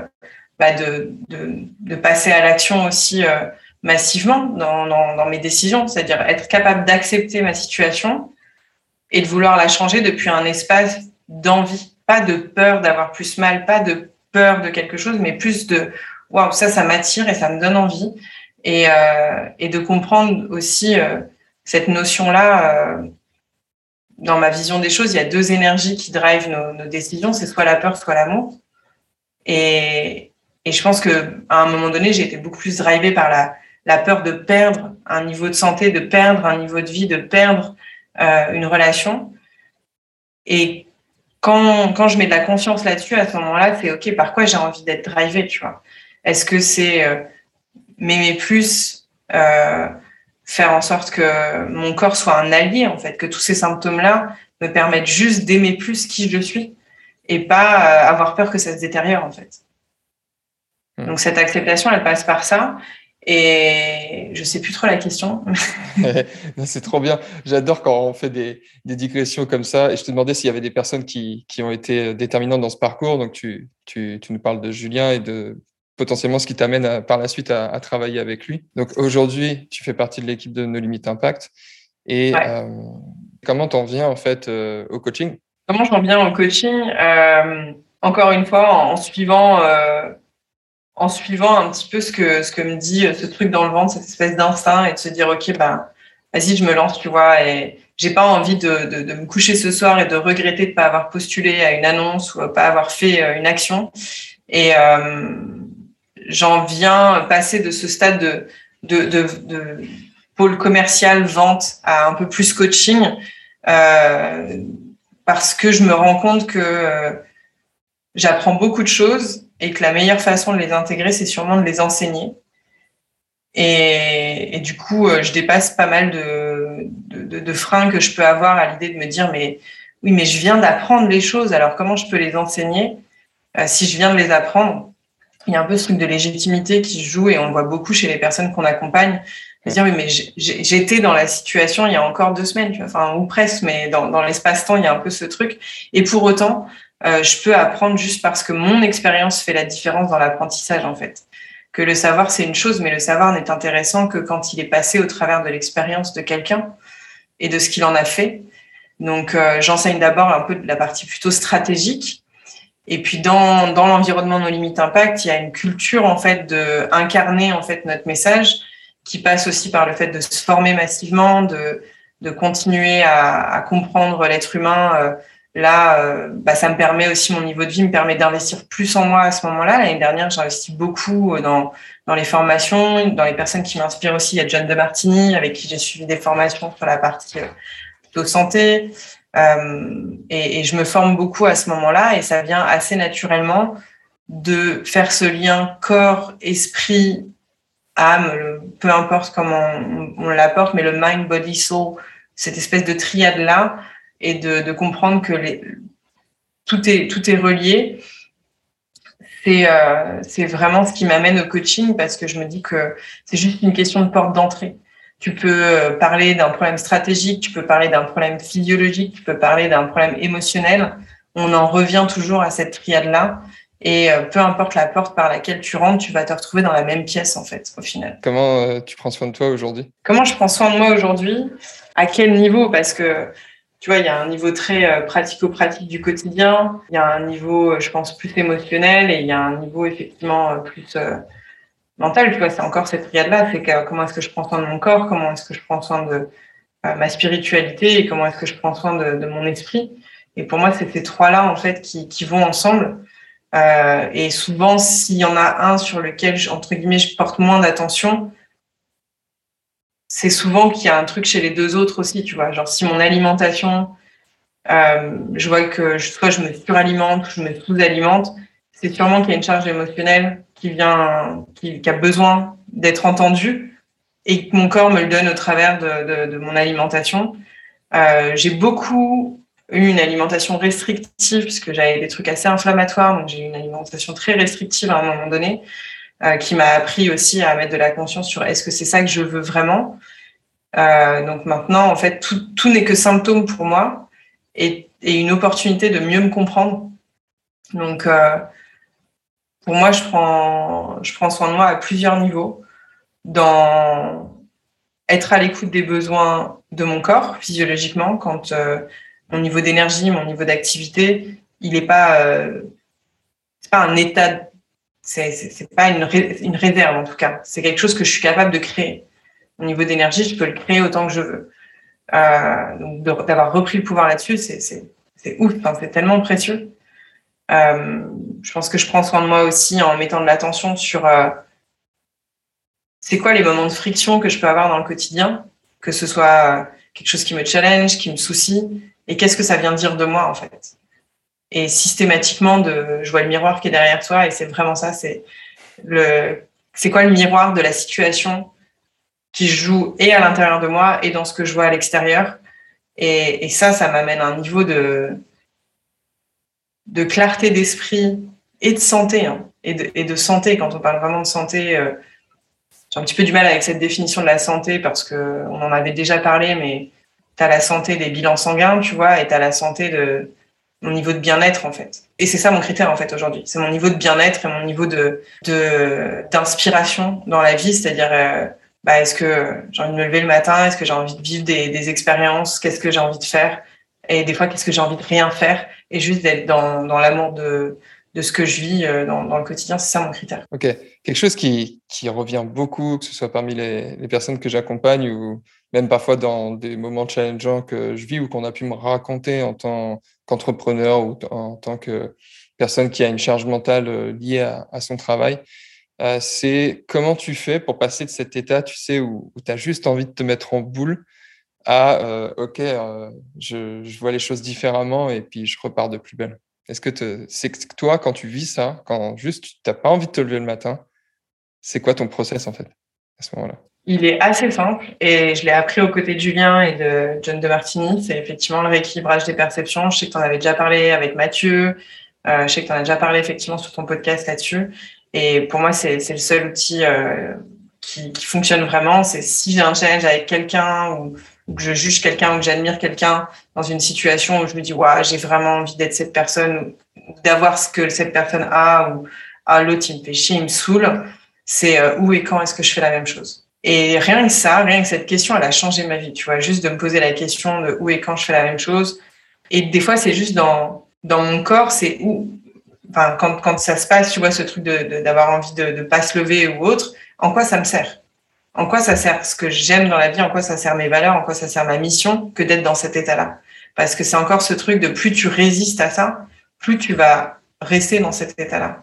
de passer à l'action aussi massivement dans mes décisions, c'est-à-dire être capable d'accepter ma situation et de vouloir la changer depuis un espace d'envie, pas de peur d'avoir plus mal, pas de peur de quelque chose, mais plus de « waouh, ça m'attire et ça me donne envie ». Et de comprendre aussi cette notion-là. Dans ma vision des choses, il y a 2 énergies qui drivent nos décisions, c'est soit la peur, soit l'amour. Et je pense qu'à un moment donné, j'ai été beaucoup plus drivée par la peur de perdre un niveau de santé, de perdre un niveau de vie, de perdre une relation. Et quand je mets de la confiance là-dessus, à ce moment-là, c'est OK, par quoi j'ai envie d'être drivée, tu vois. Est-ce que c'est m'aimer plus, faire en sorte que mon corps soit un allié, en fait, que tous ces symptômes-là me permettent juste d'aimer plus qui je suis et pas avoir peur que ça se détériore, en fait. Donc, cette acceptation, elle passe par ça. Et je sais plus trop la question. C'est trop bien. J'adore quand on fait des digressions comme ça. Et je te demandais s'il y avait des personnes qui ont été déterminantes dans ce parcours. Donc, tu nous parles de Julien et de potentiellement ce qui t'amène par la suite à travailler avec lui. Donc, aujourd'hui, tu fais partie de l'équipe de No Limit Impact. Et Ouais. comment t'en viens, en fait, au coaching? Comment j'en viens au coaching? Encore une fois, en suivant un petit peu ce que me dit ce truc dans le ventre, cette espèce d'instinct, et de se dire, OK, bah, vas-y, je me lance, tu vois, et j'ai pas envie de me coucher ce soir et de regretter de pas avoir postulé à une annonce ou pas avoir fait une action. Et j'en viens passer de ce stade de pôle commercial, vente, à un peu plus coaching, parce que je me rends compte que j'apprends beaucoup de choses et que la meilleure façon de les intégrer, c'est sûrement de les enseigner. Et du coup, je dépasse pas mal de freins que je peux avoir à l'idée de me dire, mais oui, mais je viens d'apprendre les choses, alors comment je peux les enseigner si je viens de les apprendre? Il y a un peu ce truc de légitimité qui se joue et on le voit beaucoup chez les personnes qu'on accompagne. De dire, oui, mais j'étais dans la situation il y a encore 2 semaines, tu vois, enfin, ou presque, mais dans l'espace-temps, il y a un peu ce truc. Et pour autant, je peux apprendre juste parce que mon expérience fait la différence dans l'apprentissage, en fait. Que le savoir, c'est une chose, mais le savoir n'est intéressant que quand il est passé au travers de l'expérience de quelqu'un et de ce qu'il en a fait. Donc, j'enseigne d'abord un peu de la partie plutôt stratégique. Et puis, dans l'environnement No Limit Impact, il y a une culture, en fait, de incarner, en fait, notre message qui passe aussi par le fait de se former massivement, de continuer à comprendre l'être humain. Ça me permet aussi, mon niveau de vie me permet d'investir plus en moi à ce moment-là. L'année dernière, j'ai investi beaucoup dans les formations, dans les personnes qui m'inspirent aussi. Il y a John DeMartini, avec qui j'ai suivi des formations sur la partie plutôt santé. Et je me forme beaucoup à ce moment-là et ça vient assez naturellement de faire ce lien corps, esprit, âme, peu importe comment on l'apporte, mais le mind, body, soul, cette espèce de triade-là, et de comprendre que tout est relié. C'est vraiment ce qui m'amène au coaching parce que je me dis que c'est juste une question de porte d'entrée. Tu peux parler d'un problème stratégique, tu peux parler d'un problème physiologique, tu peux parler d'un problème émotionnel. On en revient toujours à cette triade-là. Et peu importe la porte par laquelle tu rentres, tu vas te retrouver dans la même pièce, en fait, au final. Comment tu prends soin de toi aujourd'hui? Comment je prends soin de moi aujourd'hui? À quel niveau? Parce que, tu vois, il y a un niveau très pratico-pratique du quotidien. Il y a un niveau, je pense, plus émotionnel et il y a un niveau, effectivement, plus mental. Tu vois, c'est encore cette triade-là. C'est que, comment est-ce que je prends soin de mon corps? Comment est-ce que je prends soin de ma spiritualité? Et comment est-ce que je prends soin de mon esprit? Et pour moi, c'est ces trois-là, en fait, qui vont ensemble. Et souvent, s'il y en a un sur lequel, entre guillemets, je porte moins d'attention, c'est souvent qu'il y a un truc chez les deux autres aussi, tu vois. Genre, si mon alimentation, je vois que soit je me suralimente, ou je me sous-alimente, c'est sûrement qu'il y a une charge émotionnelle qui a besoin d'être entendue et que mon corps me le donne au travers de mon alimentation. J'ai beaucoup eu une alimentation restrictive puisque j'avais des trucs assez inflammatoires, donc j'ai eu une alimentation très restrictive à un moment donné qui m'a appris aussi à mettre de la conscience sur est-ce que c'est ça que je veux vraiment. Donc maintenant, en fait, tout n'est que symptôme pour moi et une opportunité de mieux me comprendre. Donc pour moi, je prends soin de moi à plusieurs niveaux, dans être à l'écoute des besoins de mon corps physiologiquement quand mon niveau d'énergie, mon niveau d'activité, il n'est pas, c'est pas un état, c'est pas une réserve en tout cas. C'est quelque chose que je suis capable de créer. Mon niveau d'énergie, je peux le créer autant que je veux. Donc d'avoir repris le pouvoir là-dessus, c'est ouf. Enfin, c'est tellement précieux. Je pense que je prends soin de moi aussi en mettant de l'attention sur c'est quoi les moments de friction que je peux avoir dans le quotidien, que ce soit quelque chose qui me challenge, qui me soucie, et qu'est-ce que ça vient dire de moi en fait. Et systématiquement, je vois le miroir qui est derrière toi, et c'est vraiment ça, c'est quoi le miroir de la situation qui joue et à l'intérieur de moi et dans ce que je vois à l'extérieur. Et ça m'amène à un niveau de clarté d'esprit et de santé, hein, et de santé. Quand on parle vraiment de santé, j'ai un petit peu du mal avec cette définition de la santé parce qu'on en avait déjà parlé, mais tu as la santé des bilans sanguins, tu vois, et tu as la santé de mon niveau de bien-être, en fait. Et c'est ça mon critère, en fait, aujourd'hui. C'est mon niveau de bien-être et mon niveau d'inspiration dans la vie, c'est-à-dire est-ce que j'ai envie de me lever le matin, est-ce que j'ai envie de vivre des expériences, qu'est-ce que j'ai envie de faire, et des fois, qu'est-ce que j'ai envie de rien faire, et juste d'être dans l'amour de ce que je vis dans le quotidien, c'est ça mon critère. Ok. Quelque chose qui revient beaucoup, que ce soit parmi les personnes que j'accompagne ou même parfois dans des moments challengeants que je vis ou qu'on a pu me raconter en tant qu'entrepreneur ou en tant que personne qui a une charge mentale liée à son travail, c'est comment tu fais pour passer de cet état, tu sais, où tu as juste envie de te mettre en boule à je vois les choses différemment et puis je repars de plus belle. Est-ce que c'est que toi, quand tu vis ça, quand juste tu n'as pas envie de te lever le matin, c'est quoi ton process en fait à ce moment-là? Il est assez simple et je l'ai appris aux côtés de Julien et de John de Martini. C'est effectivement le rééquilibrage des perceptions. Je sais que tu en avais déjà parlé avec Mathieu. Je sais que tu en as déjà parlé effectivement sur ton podcast là-dessus. Et pour moi, c'est le seul outil qui fonctionne vraiment. C'est si j'ai un challenge avec quelqu'un ou que je juge quelqu'un ou que j'admire quelqu'un dans une situation où je me dis ouais, j'ai vraiment envie d'être cette personne ou d'avoir ce que cette personne a ou l'autre il me fait chier, il me saoule. C'est où et quand est-ce que je fais la même chose. Et rien que ça, rien que cette question, elle a changé ma vie, tu vois, juste de me poser la question de où et quand je fais la même chose. Et des fois, c'est juste dans mon corps, c'est où, enfin, quand ça se passe, tu vois, ce truc d'avoir envie de pas se lever ou autre, en quoi ça me sert? En quoi ça sert ce que j'aime dans la vie? En quoi ça sert mes valeurs? En quoi ça sert ma mission que d'être dans cet état-là? Parce que c'est encore ce truc de plus tu résistes à ça, plus tu vas rester dans cet état-là.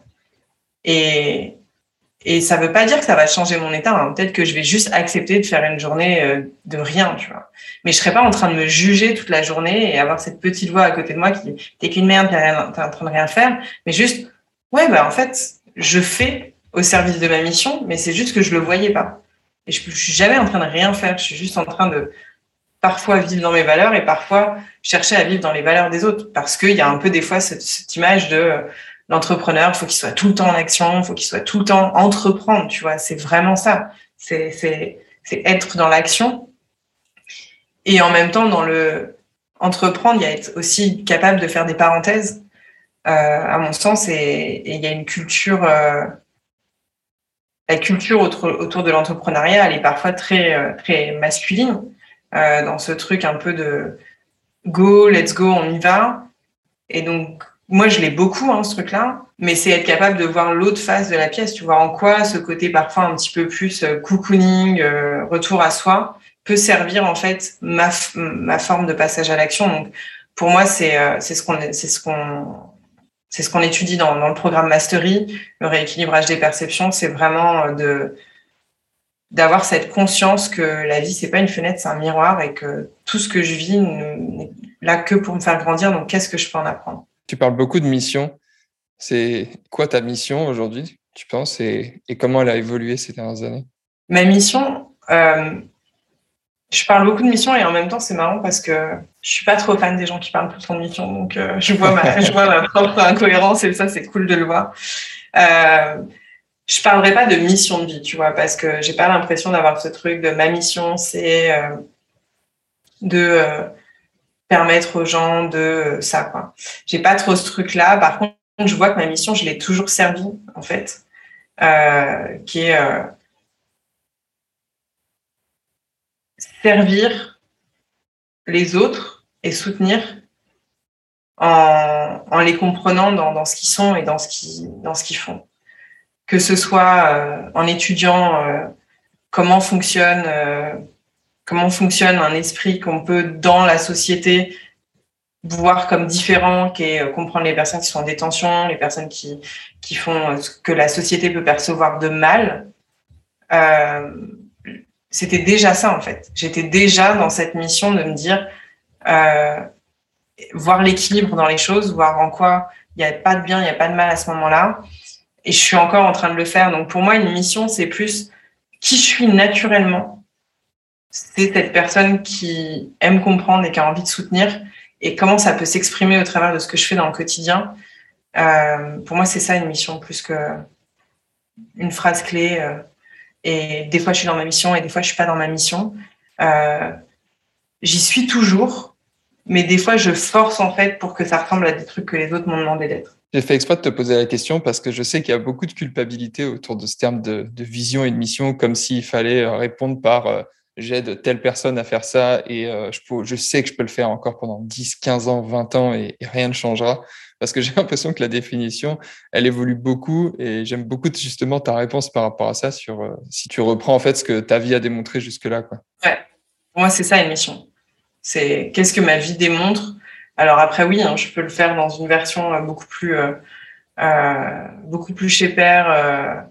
Et ça veut pas dire que ça va changer mon état. Hein. Peut-être que je vais juste accepter de faire une journée de rien, tu vois. Mais je serai pas en train de me juger toute la journée et avoir cette petite voix à côté de moi qui dit t'es qu'une merde, t'es en train de rien faire. Mais juste, ouais, en fait, je fais au service de ma mission, mais c'est juste que je le voyais pas. Et je suis jamais en train de rien faire. Je suis juste en train de parfois vivre dans mes valeurs et parfois chercher à vivre dans les valeurs des autres. Parce qu'il y a un peu des fois cette image de l'entrepreneur, il faut qu'il soit tout le temps en action, il faut qu'il soit tout le temps entreprendre, tu vois, c'est vraiment ça. C'est être dans l'action. Et en même temps, dans le entreprendre, il y a être aussi capable de faire des parenthèses, à mon sens, et il y a une culture, la culture autour de l'entrepreneuriat, elle est parfois très, très masculine, dans ce truc un peu de go, let's go, on y va. Et donc, moi, je l'ai beaucoup, hein, ce truc-là, mais c'est être capable de voir l'autre face de la pièce, tu vois, en quoi ce côté parfois un petit peu plus cocooning, retour à soi, peut servir en fait ma forme de passage à l'action. Donc, pour moi, c'est ce qu'on étudie dans le programme Mastery, le rééquilibrage des perceptions, c'est vraiment d'avoir cette conscience que la vie, c'est pas une fenêtre, c'est un miroir et que tout ce que je vis n'est là que pour me faire grandir. Donc, qu'est-ce que je peux en apprendre? Tu parles beaucoup de mission. C'est quoi ta mission aujourd'hui, tu penses, et comment elle a évolué ces dernières années? Ma mission, je parle beaucoup de mission et en même temps, c'est marrant parce que je suis pas trop fan des gens qui parlent tout le temps de mission. Donc, je vois ma propre incohérence et ça, c'est cool de le voir. Je parlerai pas de mission de vie, tu vois, parce que j'ai pas l'impression d'avoir ce truc de ma mission, c'est de permettre aux gens de ça, quoi. J'ai pas trop ce truc-là. Par contre, je vois que ma mission, je l'ai toujours servie, en fait, qui est servir les autres et soutenir en les comprenant dans ce qu'ils sont et dans ce qu'ils font. Que ce soit en étudiant comment fonctionne un esprit qu'on peut, dans la société, voir comme différent, qui est comprendre les personnes qui sont en détention, les personnes qui font ce que la société peut percevoir de mal. c'était déjà ça, en fait. J'étais déjà dans cette mission de me dire, voir l'équilibre dans les choses, voir en quoi il n'y a pas de bien, il n'y a pas de mal à ce moment-là. Et je suis encore en train de le faire. Donc, pour moi, une mission, c'est plus qui je suis naturellement. C'est cette personne qui aime comprendre et qui a envie de soutenir. Et comment ça peut s'exprimer au travers de ce que je fais dans le quotidien. Pour moi, c'est ça une mission, plus qu'une phrase clé. Et des fois, je suis dans ma mission et des fois, je ne suis pas dans ma mission. J'y suis toujours, mais des fois, je force en fait pour que ça ressemble à des trucs que les autres m'ont demandé d'être. J'ai fait exprès de te poser la question parce que je sais qu'il y a beaucoup de culpabilité autour de ce terme de vision et de mission, comme s'il fallait répondre par j'aide telle personne à faire ça et je sais que je peux le faire encore pendant 10, 15 ans, 20 ans et rien ne changera. Parce que j'ai l'impression que la définition, elle évolue beaucoup et j'aime beaucoup justement ta réponse par rapport à ça sur si tu reprends en fait ce que ta vie a démontré jusque-là, quoi. Ouais, pour moi, c'est ça une mission. C'est qu'est-ce que ma vie démontre. Alors après, oui, hein, je peux le faire dans une version beaucoup plus chez Père.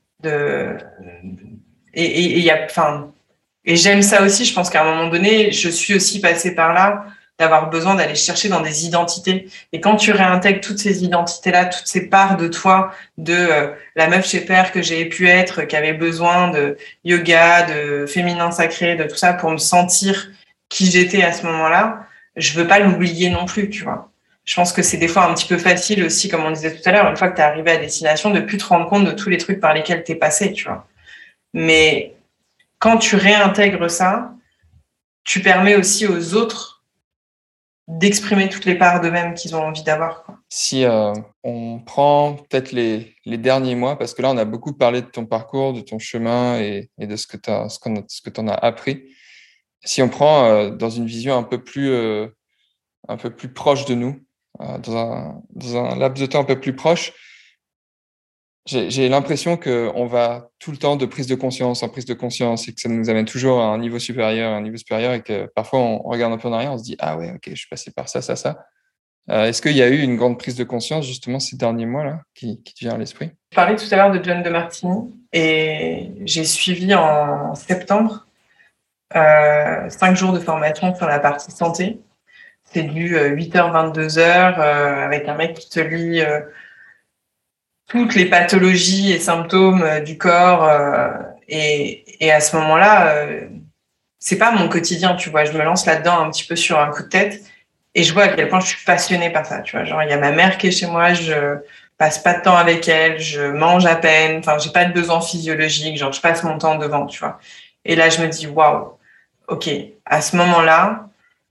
Et j'aime ça aussi. Je pense qu'à un moment donné, je suis aussi passée par là, d'avoir besoin d'aller chercher dans des identités. Et quand tu réintègres toutes ces identités-là, toutes ces parts de toi, de la meuf chez Père que j'ai pu être, qui avait besoin de yoga, de féminin sacré, de tout ça pour me sentir qui j'étais à ce moment-là, je veux pas l'oublier non plus, tu vois. Je pense que c'est des fois un petit peu facile aussi, comme on disait tout à l'heure, une fois que tu es arrivé à destination, de plus te rendre compte de tous les trucs par lesquels tu es passé, tu vois. Mais quand tu réintègres ça, tu permets aussi aux autres d'exprimer toutes les parts d'eux-mêmes qu'ils ont envie d'avoir, quoi. Si on prend peut-être les derniers mois, parce que là, on a beaucoup parlé de ton parcours, de ton chemin et de ce que tu en as appris. Si on prend dans une vision un peu plus proche de nous, dans un laps de temps un peu plus proche, j'ai l'impression qu'on va tout le temps de prise de conscience en prise de conscience et que ça nous amène toujours à un niveau supérieur et que parfois on regarde un peu en arrière, on se dit « Ah ouais, ok, je suis passé par ça, ça, ça ». Est-ce qu'il y a eu une grande prise de conscience justement ces derniers mois-là qui te vient à l'esprit? Je parlais tout à l'heure de John Demartini et j'ai suivi en septembre 5 jours de formation sur la partie santé. C'est du 8h, 22h avec un mec qui te lit toutes les pathologies et symptômes du corps. Et à ce moment-là, c'est pas mon quotidien, tu vois. Je me lance là-dedans un petit peu sur un coup de tête et je vois à quel point je suis passionnée par ça, tu vois. Genre, il y a ma mère qui est chez moi, je passe pas de temps avec elle, je mange à peine, enfin, j'ai pas de besoin physiologique, genre, je passe mon temps devant, tu vois. Et là, je me dis, waouh, ok, à ce moment-là,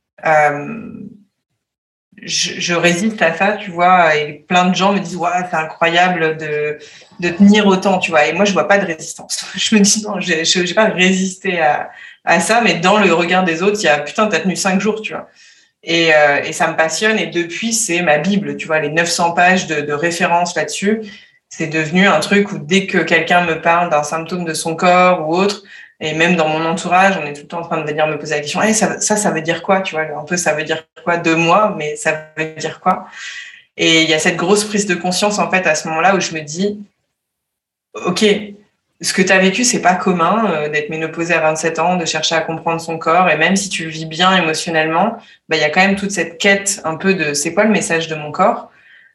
je résiste à ça, tu vois, et plein de gens me disent, ouais, c'est incroyable de tenir autant, tu vois. Et moi, je vois pas de résistance. Je me dis, non, j'ai pas résisté à ça, mais dans le regard des autres, il y a, putain, t'as tenu 5 jours, tu vois. Et ça me passionne. Et depuis, c'est ma Bible, tu vois, les 900 pages de références là-dessus. C'est devenu un truc où dès que quelqu'un me parle d'un symptôme de son corps ou autre, et même dans mon entourage, on est tout le temps en train de venir me poser la question, hey, ça veut dire quoi, tu vois, un peu, ça veut dire quoi de moi, mais ça veut dire quoi? Et il y a cette grosse prise de conscience, en fait, à ce moment-là où je me dis, ok, ce que tu as vécu, c'est pas commun d'être ménopausée à 27 ans, de chercher à comprendre son corps, et même si tu le vis bien émotionnellement, bah, il y a quand même toute cette quête un peu de c'est quoi le message de mon corps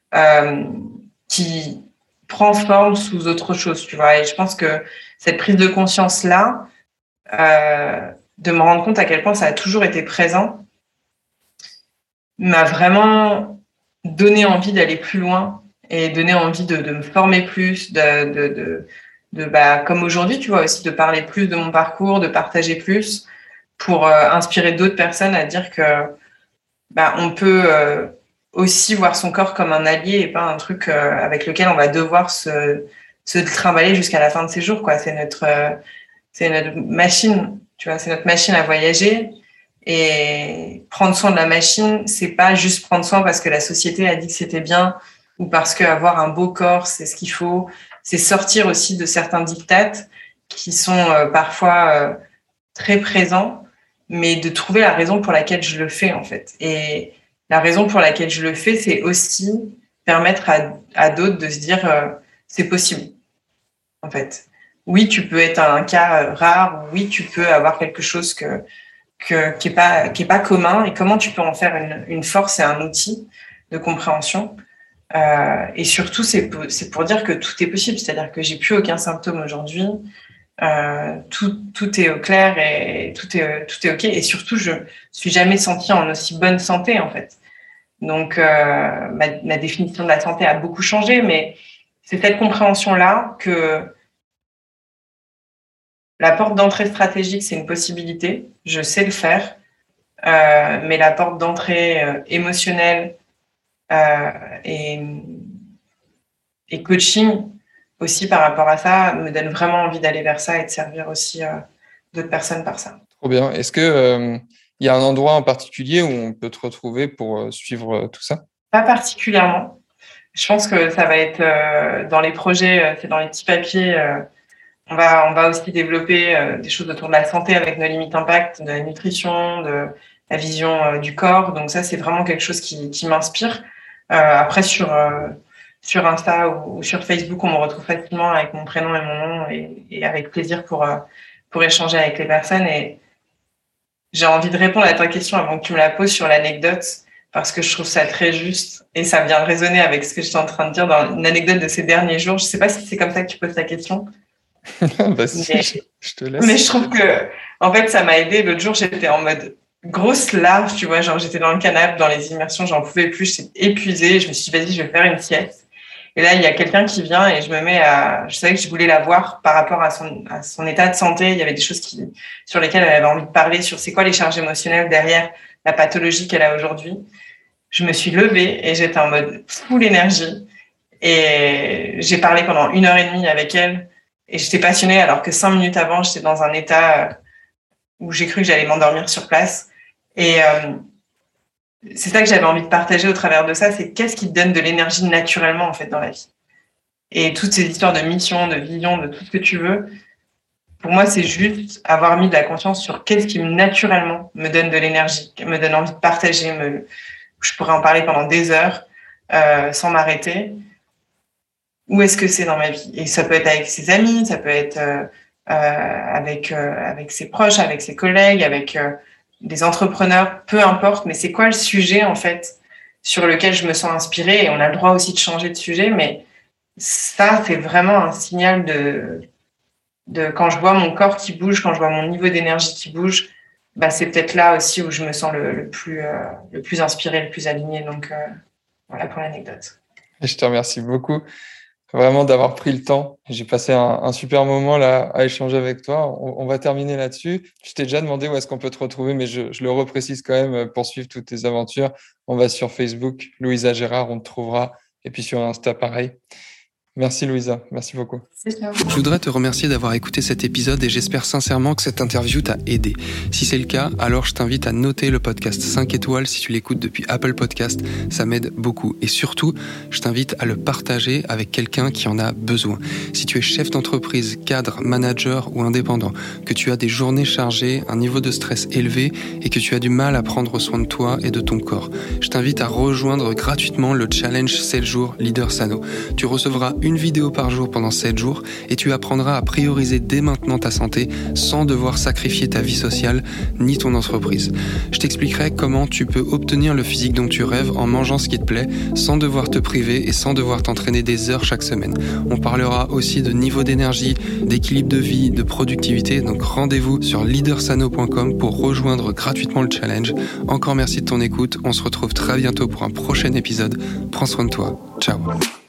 qui prend forme sous autre chose, tu vois. Et je pense que cette prise de conscience-là, de me rendre compte à quel point ça a toujours été présent, m'a vraiment donné envie d'aller plus loin et donné envie de me former plus, comme aujourd'hui, tu vois, aussi de parler plus de mon parcours, de partager plus pour inspirer d'autres personnes à dire que on peut aussi voir son corps comme un allié et pas un truc avec lequel on va devoir se trimballer jusqu'à la fin de ses jours, quoi. C'est notre machine, tu vois, c'est notre machine à voyager. Et prendre soin de la machine, c'est pas juste prendre soin parce que la société a dit que c'était bien ou parce qu'avoir un beau corps, c'est ce qu'il faut. C'est sortir aussi de certains dictates qui sont parfois très présents, mais de trouver la raison pour laquelle je le fais, en fait. Et la raison pour laquelle je le fais, c'est aussi permettre à d'autres de se dire c'est possible, en fait. oui, tu peux être un cas rare, oui, tu peux avoir quelque chose qui est pas commun, et comment tu peux en faire une force et un outil de compréhension. Et surtout, c'est pour dire que tout est possible, c'est-à-dire que j'ai plus aucun symptôme aujourd'hui, tout est au clair et tout est ok, et surtout, je suis jamais sentie en aussi bonne santé en fait. Donc, ma définition de la santé a beaucoup changé, mais c'est cette compréhension-là que la porte d'entrée stratégique, c'est une possibilité, je sais le faire, mais la porte d'entrée émotionnelle et coaching aussi par rapport à ça me donne vraiment envie d'aller vers ça et de servir aussi d'autres personnes par ça. Trop bien. Est-ce que y a un endroit en particulier où on peut te retrouver pour suivre tout ça? Pas particulièrement. Je pense que ça va être dans les projets, c'est dans les petits papiers. On va aussi développer des choses autour de la santé avec nos limites impact, de la nutrition, de la vision du corps. Donc ça, c'est vraiment quelque chose qui m'inspire. Après, sur Insta ou sur Facebook, on me retrouve facilement avec mon prénom et mon nom, et avec plaisir pour échanger avec les personnes. Et j'ai envie de répondre à ta question avant que tu me la poses sur l'anecdote, parce que je trouve ça très juste et ça vient résonner avec ce que j'étais en train de dire dans une anecdote de ces derniers jours. Je sais pas si c'est comme ça que tu poses ta question. Bah, si, je te laisse. Mais je trouve que, en fait, ça m'a aidé. L'autre jour, j'étais en mode grosse larve, tu vois, genre j'étais dans le canapé, dans les immersions, j'en pouvais plus, j'étais épuisée. Je me suis dit, vas-y, je vais faire une sieste. Et là, il y a quelqu'un qui vient et je me mets je savais que je voulais la voir par rapport à son état de santé. Il y avait des choses sur lesquelles elle avait envie de parler, sur c'est quoi les charges émotionnelles derrière la pathologie qu'elle a aujourd'hui. Je me suis levée et j'étais en mode full énergie. Et j'ai parlé pendant 1h30 avec elle. Et j'étais passionnée, alors que 5 minutes avant, j'étais dans un état où j'ai cru que j'allais m'endormir sur place. Et c'est ça que j'avais envie de partager au travers de ça, c'est qu'est-ce qui te donne de l'énergie naturellement, en fait, dans la vie. Et toutes ces histoires de mission, de vision, de tout ce que tu veux, pour moi, c'est juste avoir mis de la conscience sur qu'est-ce qui naturellement me donne de l'énergie, me donne envie de partager. Je pourrais en parler pendant des heures sans m'arrêter. Où est-ce que c'est dans ma vie? Et ça peut être avec ses amis, ça peut être avec ses proches, avec ses collègues, avec des entrepreneurs, peu importe. Mais c'est quoi le sujet, en fait, sur lequel je me sens inspirée? Et on a le droit aussi de changer de sujet, mais ça, c'est vraiment un signal de quand je vois mon corps qui bouge, quand je vois mon niveau d'énergie qui bouge, bah, c'est peut-être là aussi où je me sens le plus inspirée, le plus alignée. Donc, voilà pour l'anecdote. Je te remercie beaucoup. Vraiment d'avoir pris le temps. J'ai passé un super moment là à échanger avec toi. On va terminer là-dessus. Je t'ai déjà demandé où est-ce qu'on peut te retrouver, mais je le reprécise quand même pour suivre toutes tes aventures. On va sur Facebook, Louisa Gérard, on te trouvera. Et puis sur Insta, pareil. Merci Louisa, merci beaucoup. Je voudrais te remercier d'avoir écouté cet épisode et j'espère sincèrement que cette interview t'a aidé. Si c'est le cas, alors je t'invite à noter le podcast 5 étoiles si tu l'écoutes depuis Apple Podcast, ça m'aide beaucoup. Et surtout, je t'invite à le partager avec quelqu'un qui en a besoin. Si tu es chef d'entreprise, cadre, manager ou indépendant, que tu as des journées chargées, un niveau de stress élevé et que tu as du mal à prendre soin de toi et de ton corps, je t'invite à rejoindre gratuitement le challenge 7 jours Leader Sano. Tu recevras une vidéo par jour pendant 7 jours et tu apprendras à prioriser dès maintenant ta santé sans devoir sacrifier ta vie sociale ni ton entreprise. Je t'expliquerai comment tu peux obtenir le physique dont tu rêves en mangeant ce qui te plaît sans devoir te priver et sans devoir t'entraîner des heures chaque semaine. On parlera aussi de niveau d'énergie, d'équilibre de vie, de productivité, donc rendez-vous sur leadersano.com pour rejoindre gratuitement le challenge. Encore merci de ton écoute, on se retrouve très bientôt pour un prochain épisode. Prends soin de toi, ciao.